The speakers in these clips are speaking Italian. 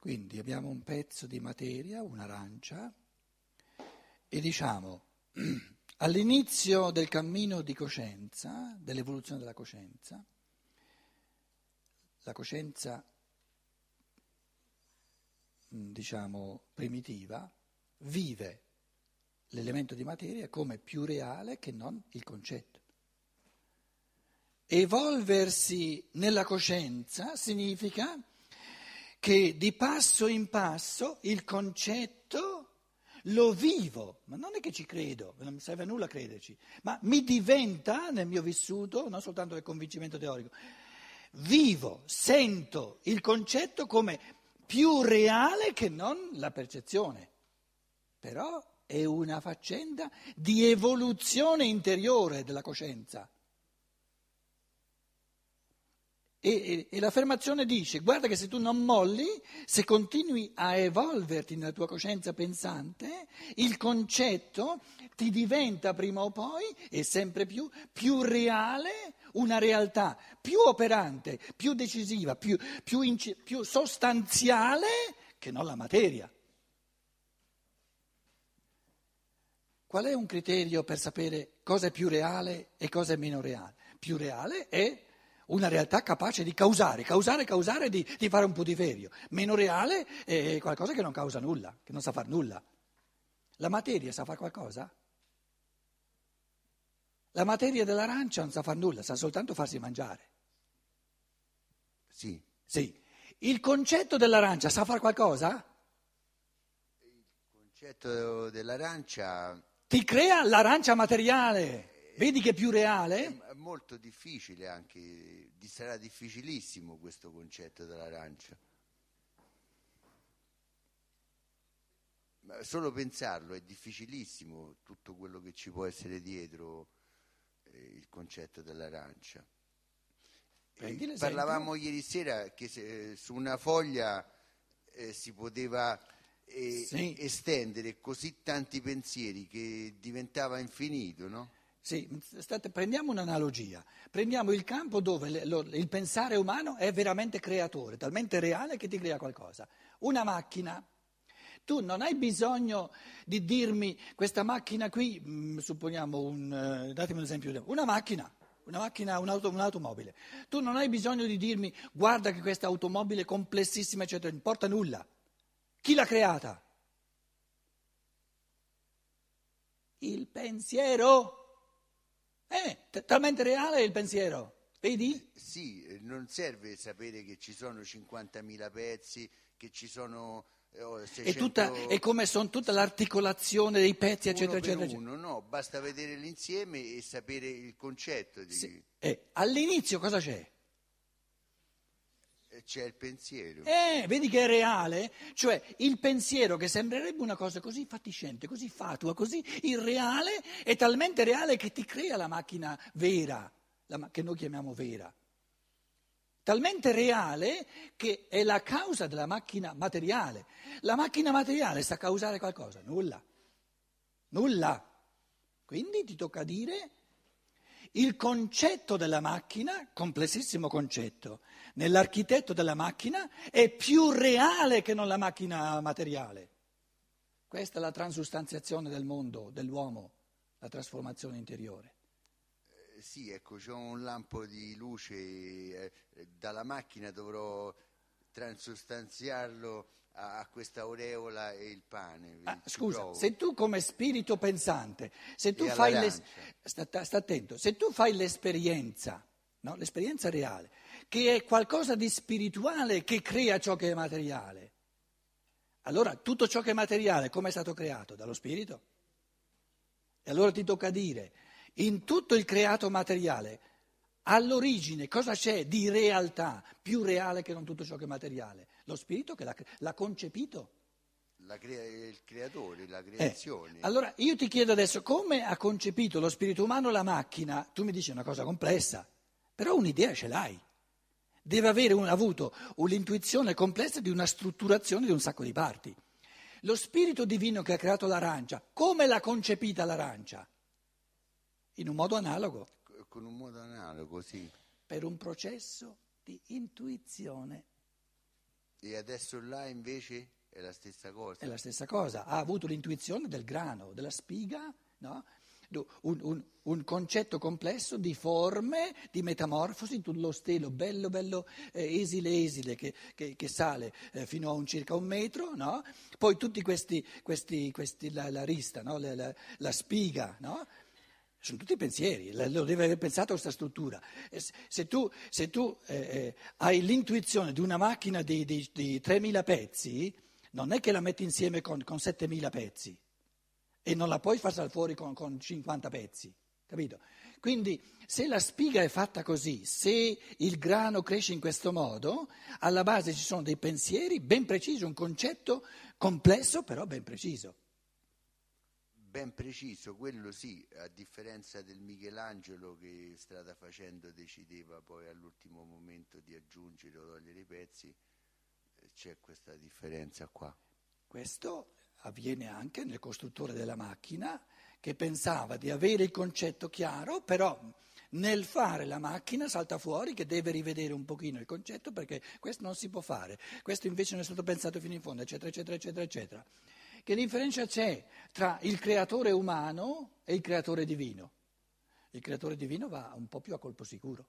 Quindi abbiamo un pezzo di materia, un'arancia, e diciamo, all'inizio del cammino di coscienza, dell'evoluzione della coscienza, la coscienza, diciamo, primitiva, vive l'elemento di materia come più reale che non il concetto. Evolversi nella coscienza significa che di passo in passo il concetto lo vivo, ma non è che ci credo, non mi serve a nulla crederci, ma mi diventa nel mio vissuto, non soltanto nel convincimento teorico, vivo, sento il concetto come più reale che non la percezione, però è una faccenda di evoluzione interiore della coscienza. E l'affermazione dice, guarda che se tu non molli, se continui a evolverti nella tua coscienza pensante, il concetto ti diventa prima o poi, e sempre più reale, una realtà più operante, più decisiva, più sostanziale che non la materia. Qual è un criterio per sapere cosa è più reale e cosa è meno reale? Più reale è una realtà capace di causare, di fare un putiferio. Meno reale è qualcosa che non causa nulla, che non sa far nulla. La materia sa fare qualcosa? La materia dell'arancia non sa far nulla, sa soltanto farsi mangiare. Sì. Sì. Il concetto dell'arancia sa fare qualcosa? Il concetto dell'arancia Ti crea l'arancia materiale. Vedi che è più reale? è molto difficile anche, sarà difficilissimo questo concetto dell'arancia. Ma solo pensarlo è difficilissimo, tutto quello che ci può essere dietro il concetto dell'arancia. Parlavamo ieri sera che su una foglia si poteva sì. estendere così tanti pensieri che diventava infinito, no? Sì, prendiamo un'analogia, prendiamo il campo dove il pensare umano è veramente creatore, talmente reale che ti crea qualcosa. Una macchina, tu non hai bisogno di dirmi questa macchina qui, supponiamo, datemi un esempio, una macchina, un'automobile. Tu non hai bisogno di dirmi guarda che questa automobile è complessissima, eccetera, non importa nulla. Chi l'ha creata? Il pensiero. Talmente reale è il pensiero, vedi? Sì, non serve sapere che ci sono 50.000 pezzi, che ci sono 600... E come sono tutta l'articolazione dei pezzi, eccetera, eccetera, eccetera. No, basta vedere l'insieme e sapere il concetto. Sì. All'inizio cosa c'è? C'è il pensiero. Vedi che è reale? Cioè il pensiero che sembrerebbe una cosa così fatiscente, così fatua, così irreale, è talmente reale che ti crea la macchina vera, che noi chiamiamo vera. Talmente reale che è la causa della macchina materiale. La macchina materiale sa causare qualcosa? Nulla. Quindi ti tocca dire... Il concetto della macchina, complessissimo concetto, nell'architetto della macchina è più reale che non la macchina materiale. Questa è la transustanziazione del mondo, dell'uomo, la trasformazione interiore. Sì, ecco, c'è un lampo di luce, dalla macchina dovrò transustanziarlo a questa aureola e il pane. Scusa, se tu come spirito pensante, se tu sta attento, se tu fai l'esperienza, no? L'esperienza reale, che è qualcosa di spirituale che crea ciò che è materiale, allora tutto ciò che è materiale come è stato creato? Dallo spirito? E allora ti tocca dire, in tutto il creato materiale, all'origine cosa c'è di realtà più reale che non tutto ciò che è materiale? Lo spirito che l'ha concepito. Il creatore, la creazione. Allora io ti chiedo adesso come ha concepito lo spirito umano la macchina? Tu mi dici una cosa complessa, però un'idea ce l'hai. Deve avere avuto un'intuizione complessa di una strutturazione di un sacco di parti. Lo spirito divino che ha creato l'arancia, come l'ha concepita l'arancia? In un modo analogo. Con un modo analogo, sì. Per un processo di intuizione. E adesso là invece è la stessa cosa. È la stessa cosa, ha avuto l'intuizione del grano, della spiga, no? Un concetto complesso di forme, di metamorfosi, tutto lo stelo bello, bello esile che sale fino a circa 1 metro, no? Poi tutti questi la rista, no? La spiga, no? Sono tutti pensieri, lo deve aver pensato questa struttura. Se tu hai l'intuizione di una macchina di 3.000 pezzi, non è che la metti insieme con 7.000 pezzi e non la puoi far salire fuori con 50 pezzi, capito? Quindi se la spiga è fatta così, se il grano cresce in questo modo, alla base ci sono dei pensieri ben precisi, un concetto complesso però ben preciso. Ben preciso, quello sì, a differenza del Michelangelo che strada facendo decideva poi all'ultimo momento di aggiungere o togliere i pezzi, c'è questa differenza qua. Questo avviene anche nel costruttore della macchina che pensava di avere il concetto chiaro, però nel fare la macchina salta fuori che deve rivedere un pochino il concetto perché questo non si può fare, questo invece non è stato pensato fino in fondo, eccetera, eccetera, eccetera, eccetera. Che differenza c'è tra il creatore umano e il creatore divino? Il creatore divino va un po' più a colpo sicuro.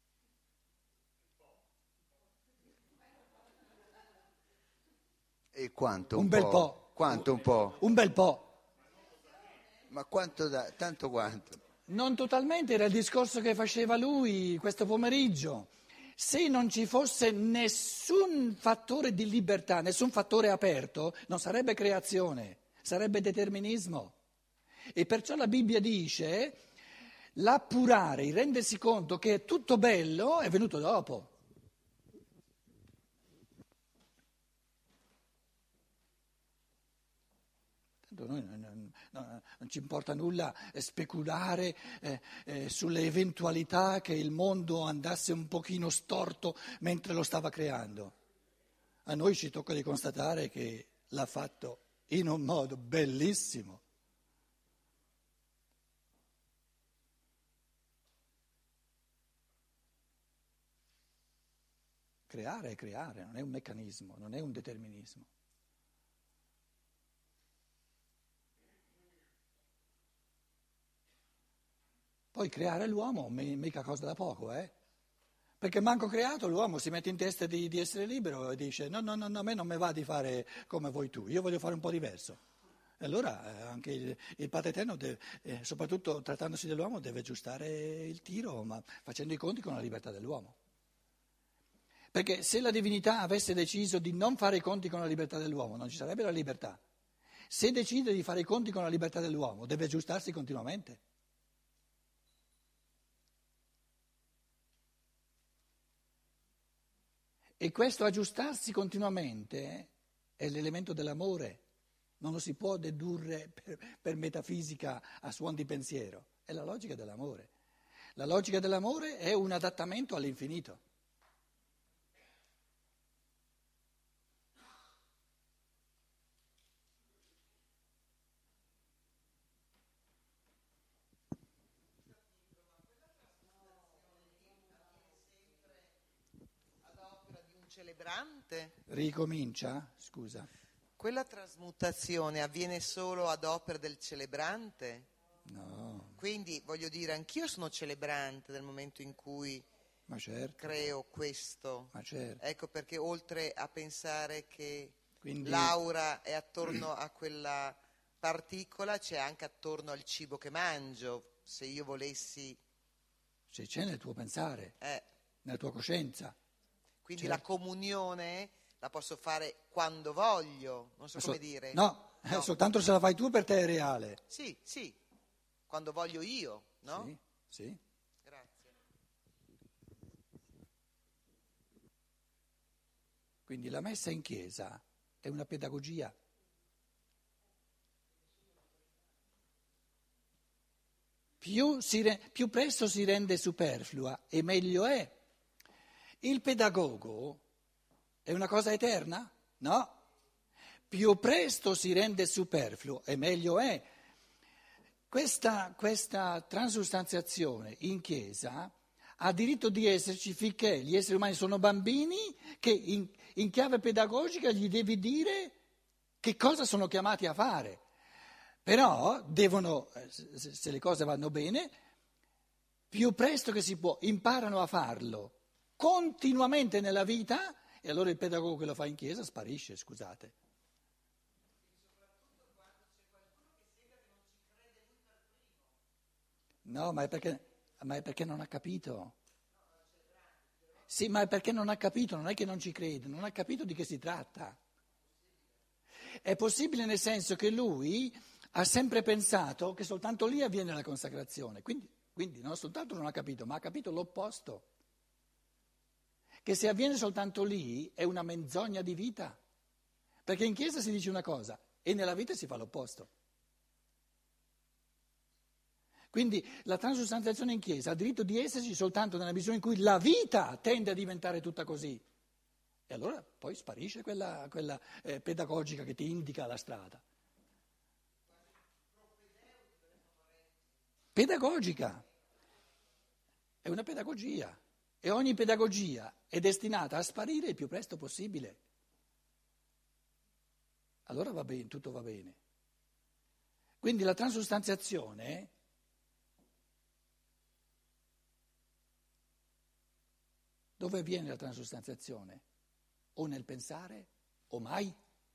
E quanto? Un bel po'. Quanto un po'? Un bel po'. Ma quanto tanto quanto? Non totalmente, era il discorso che faceva lui questo pomeriggio. Se non ci fosse nessun fattore di libertà, nessun fattore aperto, non sarebbe creazione, sarebbe determinismo. E perciò la Bibbia dice l'appurare, il rendersi conto che è tutto bello è venuto dopo. Noi non ci importa nulla speculare sulle eventualità che il mondo andasse un pochino storto mentre lo stava creando. A noi ci tocca di constatare che l'ha fatto in un modo bellissimo. Creare è creare, non è un meccanismo, non è un determinismo. Poi creare l'uomo mica cosa da poco, Perché manco creato l'uomo si mette in testa di essere libero e dice no, a me non mi va di fare come vuoi tu, io voglio fare un po' diverso. E allora anche il Padre Eterno, soprattutto trattandosi dell'uomo, deve aggiustare il tiro, ma facendo i conti con la libertà dell'uomo. Perché se la divinità avesse deciso di non fare i conti con la libertà dell'uomo, non ci sarebbe la libertà. Se decide di fare i conti con la libertà dell'uomo, deve aggiustarsi continuamente. E questo aggiustarsi continuamente è l'elemento dell'amore, non lo si può dedurre per metafisica a suon di pensiero, è la logica dell'amore. La logica dell'amore è un adattamento all'infinito. Celebrante? Ricomincia? Scusa. Quella trasmutazione avviene solo ad opera del celebrante? No. Quindi voglio dire, anch'io sono celebrante nel momento in cui creo questo. Ma certo. Ecco perché oltre a pensare che Quindi l'aura è attorno a quella particola, c'è anche attorno al cibo che mangio. Se io volessi... Se c'è nel tuo pensare, nella tua coscienza. Quindi certo. La comunione la posso fare quando voglio, non so come dire. No, soltanto se la fai tu per te è reale. Sì, quando voglio io, no? Sì. Grazie. Quindi la messa in chiesa è una pedagogia. Più presto si rende superflua e meglio è. Il pedagogo è una cosa eterna? No. Più presto si rende superfluo e meglio è. Questa transustanziazione in chiesa ha diritto di esserci finché gli esseri umani sono bambini che in chiave pedagogica gli devi dire che cosa sono chiamati a fare. Però devono, se le cose vanno bene, più presto che si può, imparano a farlo continuamente nella vita e allora il pedagogo che lo fa in chiesa sparisce, scusate. No, ma è perché non ha capito. Sì, ma è perché non ha capito, non è che non ci crede, non ha capito di che si tratta. È possibile nel senso che lui ha sempre pensato che soltanto lì avviene la consacrazione, quindi non soltanto non ha capito, ma ha capito l'opposto, che se avviene soltanto lì è una menzogna di vita, perché in chiesa si dice una cosa e nella vita si fa l'opposto. Quindi la transustanziazione in chiesa ha diritto di esserci soltanto nella misura in cui la vita tende a diventare tutta così. E allora poi sparisce quella pedagogica che ti indica la strada. Pedagogica. È una pedagogia. E ogni pedagogia è destinata a sparire il più presto possibile. Allora va bene, tutto va bene. Quindi la transustanziazione dove avviene la transustanziazione? O nel pensare o mai?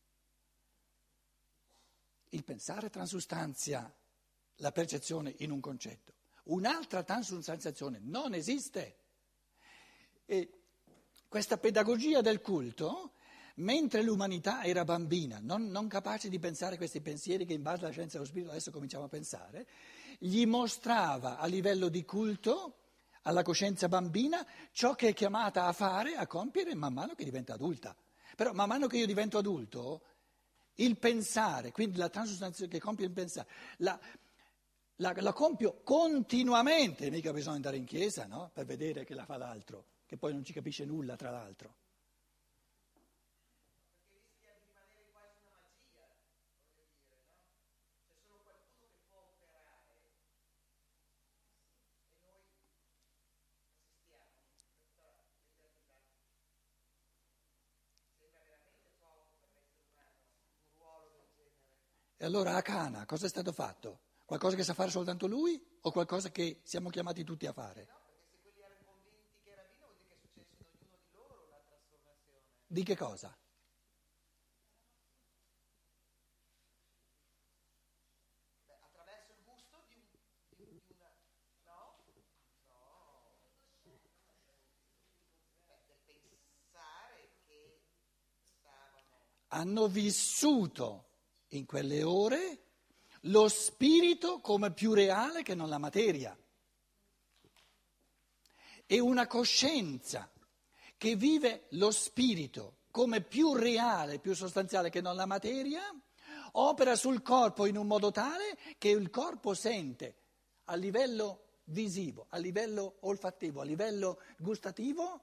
Il pensare transustanzia la percezione in un concetto. Un'altra transustanziazione non esiste. E questa pedagogia del culto, mentre l'umanità era bambina, non capace di pensare questi pensieri che in base alla scienza dello spirito adesso cominciamo a pensare, gli mostrava a livello di culto, alla coscienza bambina, ciò che è chiamata a fare, a compiere man mano che diventa adulta. Però man mano che io divento adulto, il pensare, quindi la transustanziazione che compie il pensare, la compio continuamente, mica bisogna andare in chiesa, no? Per vedere che la fa l'altro, che poi non ci capisce nulla tra l'altro. Perché rischia di rimanere quasi una magia, voglio dire, no? C'è solo qualcuno che può operare e noi assistiamo tutta l'eternità. Sembra veramente poco per l'essere umano un ruolo del genere. E allora a Cana cosa è stato fatto? Qualcosa che sa fare soltanto lui o qualcosa che siamo chiamati tutti a fare? No, perché se quelli erano convinti che era vino, vuol dire che è successo in ognuno di loro la trasformazione. Di che cosa? Beh, attraverso il gusto di una... No? No. Beh, del pensare che stavano... Hanno vissuto in quelle ore lo spirito come più reale che non la materia. E una coscienza che vive lo spirito come più reale, più sostanziale che non la materia, opera sul corpo in un modo tale che il corpo sente a livello visivo, a livello olfattivo, a livello gustativo,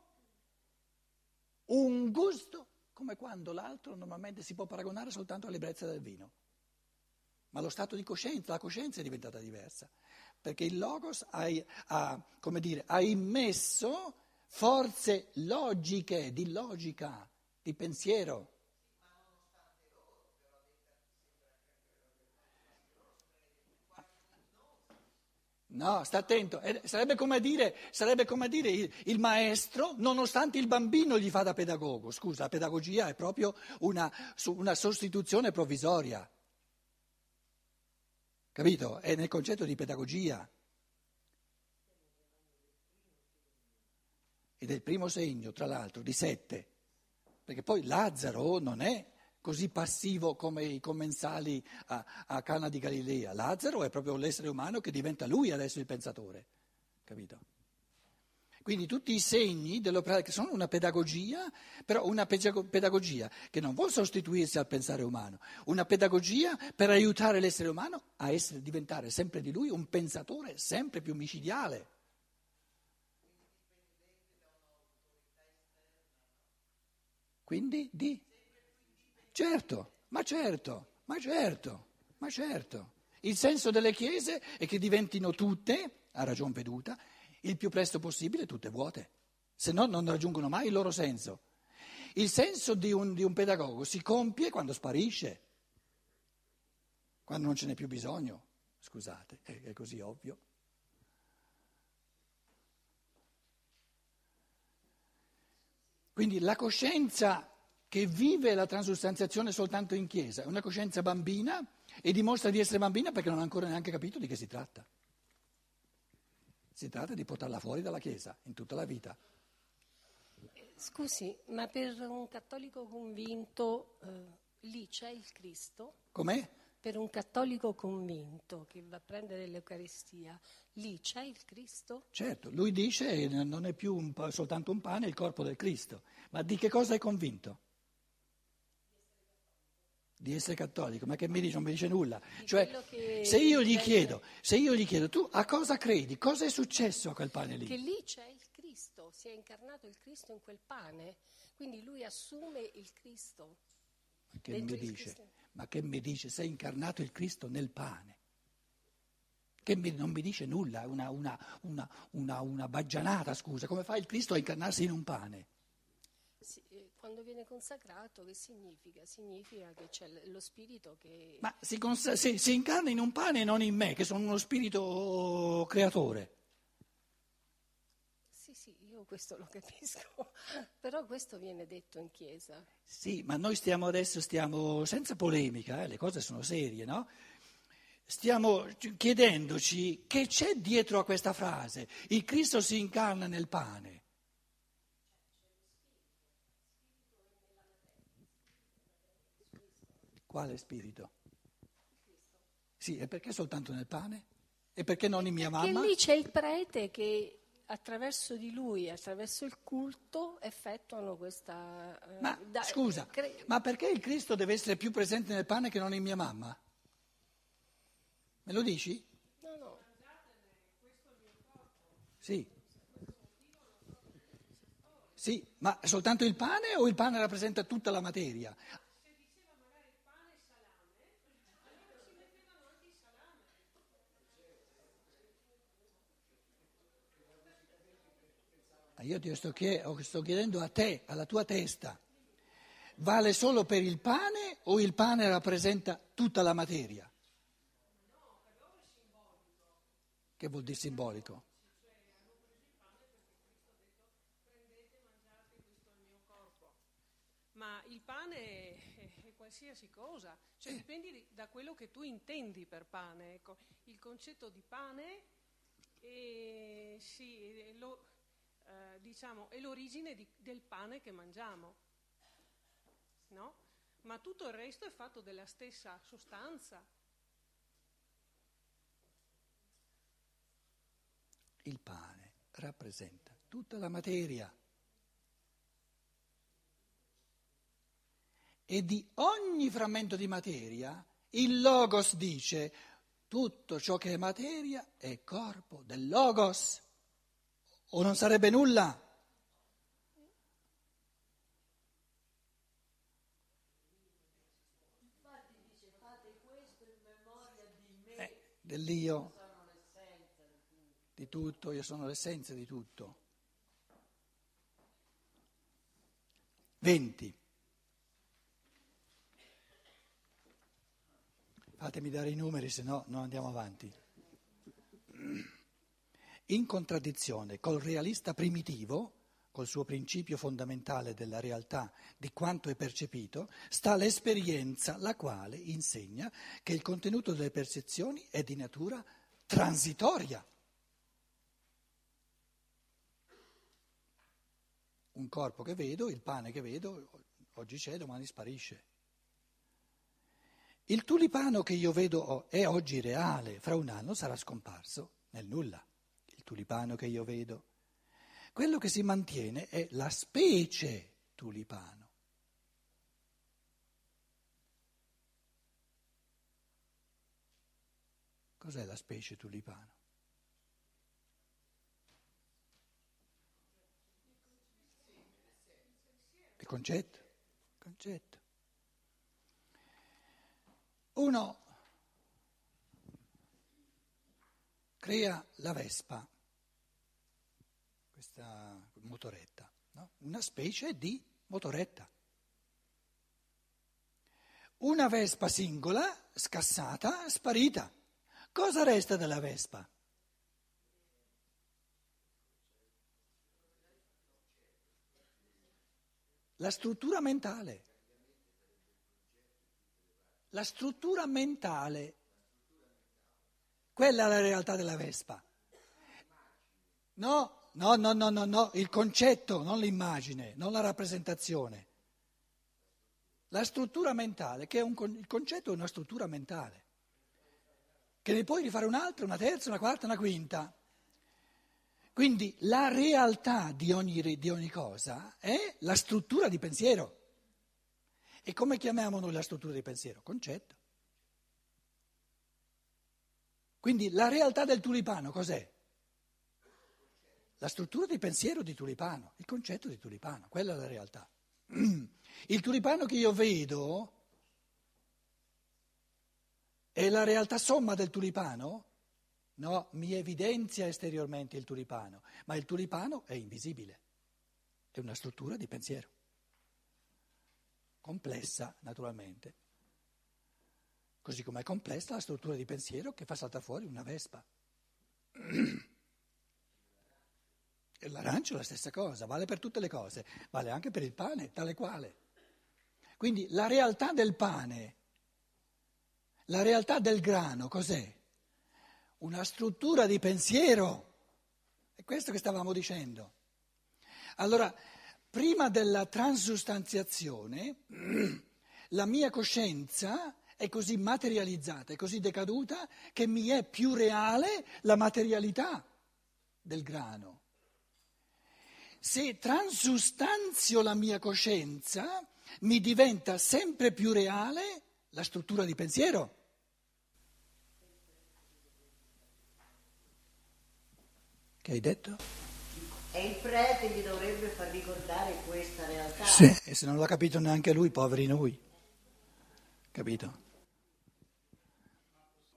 un gusto come quando l'altro normalmente si può paragonare soltanto all'ebbrezza del vino. Ma lo stato di coscienza, la coscienza è diventata diversa, perché il Logos ha immesso forze logiche, di logica, di pensiero. Ma nonostante loro, però No, sta attento, sarebbe come dire il maestro, nonostante il bambino gli fa da pedagogo. Scusa, la pedagogia è proprio una sostituzione provvisoria. Capito? È nel concetto di pedagogia. Ed è il primo segno, tra l'altro, di 7. Perché poi Lazzaro non è così passivo come i commensali a Cana di Galilea. Lazzaro è proprio l'essere umano che diventa lui adesso il pensatore. Capito? Quindi tutti i segni dell'opera che sono una pedagogia, però una pedagogia che non vuol sostituirsi al pensare umano, una pedagogia per aiutare l'essere umano a diventare sempre di lui un pensatore sempre più micidiale. Quindi certo. Il senso delle chiese è che diventino tutte, a ragion veduta, il più presto possibile tutte vuote, se no non raggiungono mai il loro senso. Il senso di un pedagogo si compie quando sparisce, quando non ce n'è più bisogno, scusate, è così ovvio. Quindi la coscienza che vive la transustanziazione soltanto in chiesa è una coscienza bambina e dimostra di essere bambina perché non ha ancora neanche capito di che si tratta. Si tratta di portarla fuori dalla chiesa in tutta la vita. Scusi, ma per un cattolico convinto lì c'è il Cristo? Com'è? Per un cattolico convinto che va a prendere l'Eucaristia, lì c'è il Cristo? Certo, lui dice che non è più soltanto un pane, è il corpo del Cristo. Ma di che cosa è convinto? Di essere cattolico, ma che mi dice? Non mi dice nulla. Cioè, se io gli chiedo, tu a cosa credi? Cosa è successo a quel pane lì? Che lì c'è il Cristo, si è incarnato il Cristo in quel pane, quindi lui assume il Cristo. Che mi dice? Ma che mi dice? Si è incarnato il Cristo nel pane. Non mi dice nulla, una baggianata, scusa. Come fa il Cristo a incarnarsi in un pane? Sì, quando viene consacrato, che significa? Significa che c'è lo spirito che... Ma si incarna in un pane e non in me, che sono uno spirito creatore. Sì, io questo lo capisco, però questo viene detto in chiesa. Sì, ma noi stiamo senza polemica, le cose sono serie, no? Stiamo chiedendoci che c'è dietro a questa frase. Il Cristo si incarna nel pane. Quale spirito? Sì, e perché soltanto nel pane? E perché non in mia mamma? Che lì c'è il prete che attraverso di lui, attraverso il culto, effettuano questa... Ma scusa, ma perché il Cristo deve essere più presente nel pane che non in mia mamma? Me lo dici? No. Sì. Sì, ma soltanto il pane o il pane rappresenta tutta la materia? Io ti sto chiedendo a te, alla tua testa, vale solo per il pane o il pane rappresenta tutta la materia? Che vuol dire simbolico? Ma il pane è qualsiasi cosa, cioè dipende da quello che tu intendi per pane. Ecco. Il concetto di pane diciamo, è l'origine del pane che mangiamo, no? Ma tutto il resto è fatto della stessa sostanza. Il pane rappresenta tutta la materia. E di ogni frammento di materia il Logos dice tutto ciò che è materia è corpo del Logos, o non sarebbe nulla. Infatti dice fate questo in memoria di me. Dell'io, Sono l'essenza di tutto, io sono l'essenza di tutto. 20. Fatemi dare i numeri, se no non andiamo avanti. In contraddizione col realista primitivo, col suo principio fondamentale della realtà, di quanto è percepito, sta l'esperienza, la quale insegna che il contenuto delle percezioni è di natura transitoria. Un corpo che vedo, il pane che vedo, oggi c'è, domani sparisce. Il tulipano che io vedo è oggi reale, fra un anno sarà scomparso nel nulla. Il tulipano che io vedo. Quello che si mantiene è la specie tulipano. Cos'è la specie tulipano? Il concetto. Uno crea la vespa, questa motoretta, no? Una specie di motoretta. Una vespa singola, scassata, sparita. Cosa resta della vespa? La struttura mentale. La struttura mentale. Quella è la realtà della vespa. No, il concetto, non l'immagine, non la rappresentazione. La struttura mentale, che è il concetto è una struttura mentale, che ne puoi rifare un'altra, una terza, una quarta, una quinta. Quindi la realtà di ogni cosa è la struttura di pensiero. E come chiamiamo noi la struttura di pensiero? Concetto. Quindi la realtà del tulipano cos'è? La struttura di pensiero di tulipano, il concetto di tulipano, quella è la realtà. Il tulipano che io vedo è la realtà somma del tulipano? No, mi evidenzia esteriormente il tulipano, ma il tulipano è invisibile, è una struttura di pensiero, complessa naturalmente, così come è complessa la struttura di pensiero che fa saltare fuori una vespa. E l'arancio è la stessa cosa, vale per tutte le cose, vale anche per il pane, tale quale. Quindi la realtà del pane, la realtà del grano, cos'è? Una struttura di pensiero, è questo che stavamo dicendo. Allora, prima della transustanziazione, la mia coscienza è così materializzata, è così decaduta, che mi è più reale la materialità del grano. Se transustanzio la mia coscienza, mi diventa sempre più reale la struttura di pensiero. Che hai detto? E il prete gli dovrebbe far ricordare questa realtà. Sì, e se non l'ha capito neanche lui, poveri noi. Capito?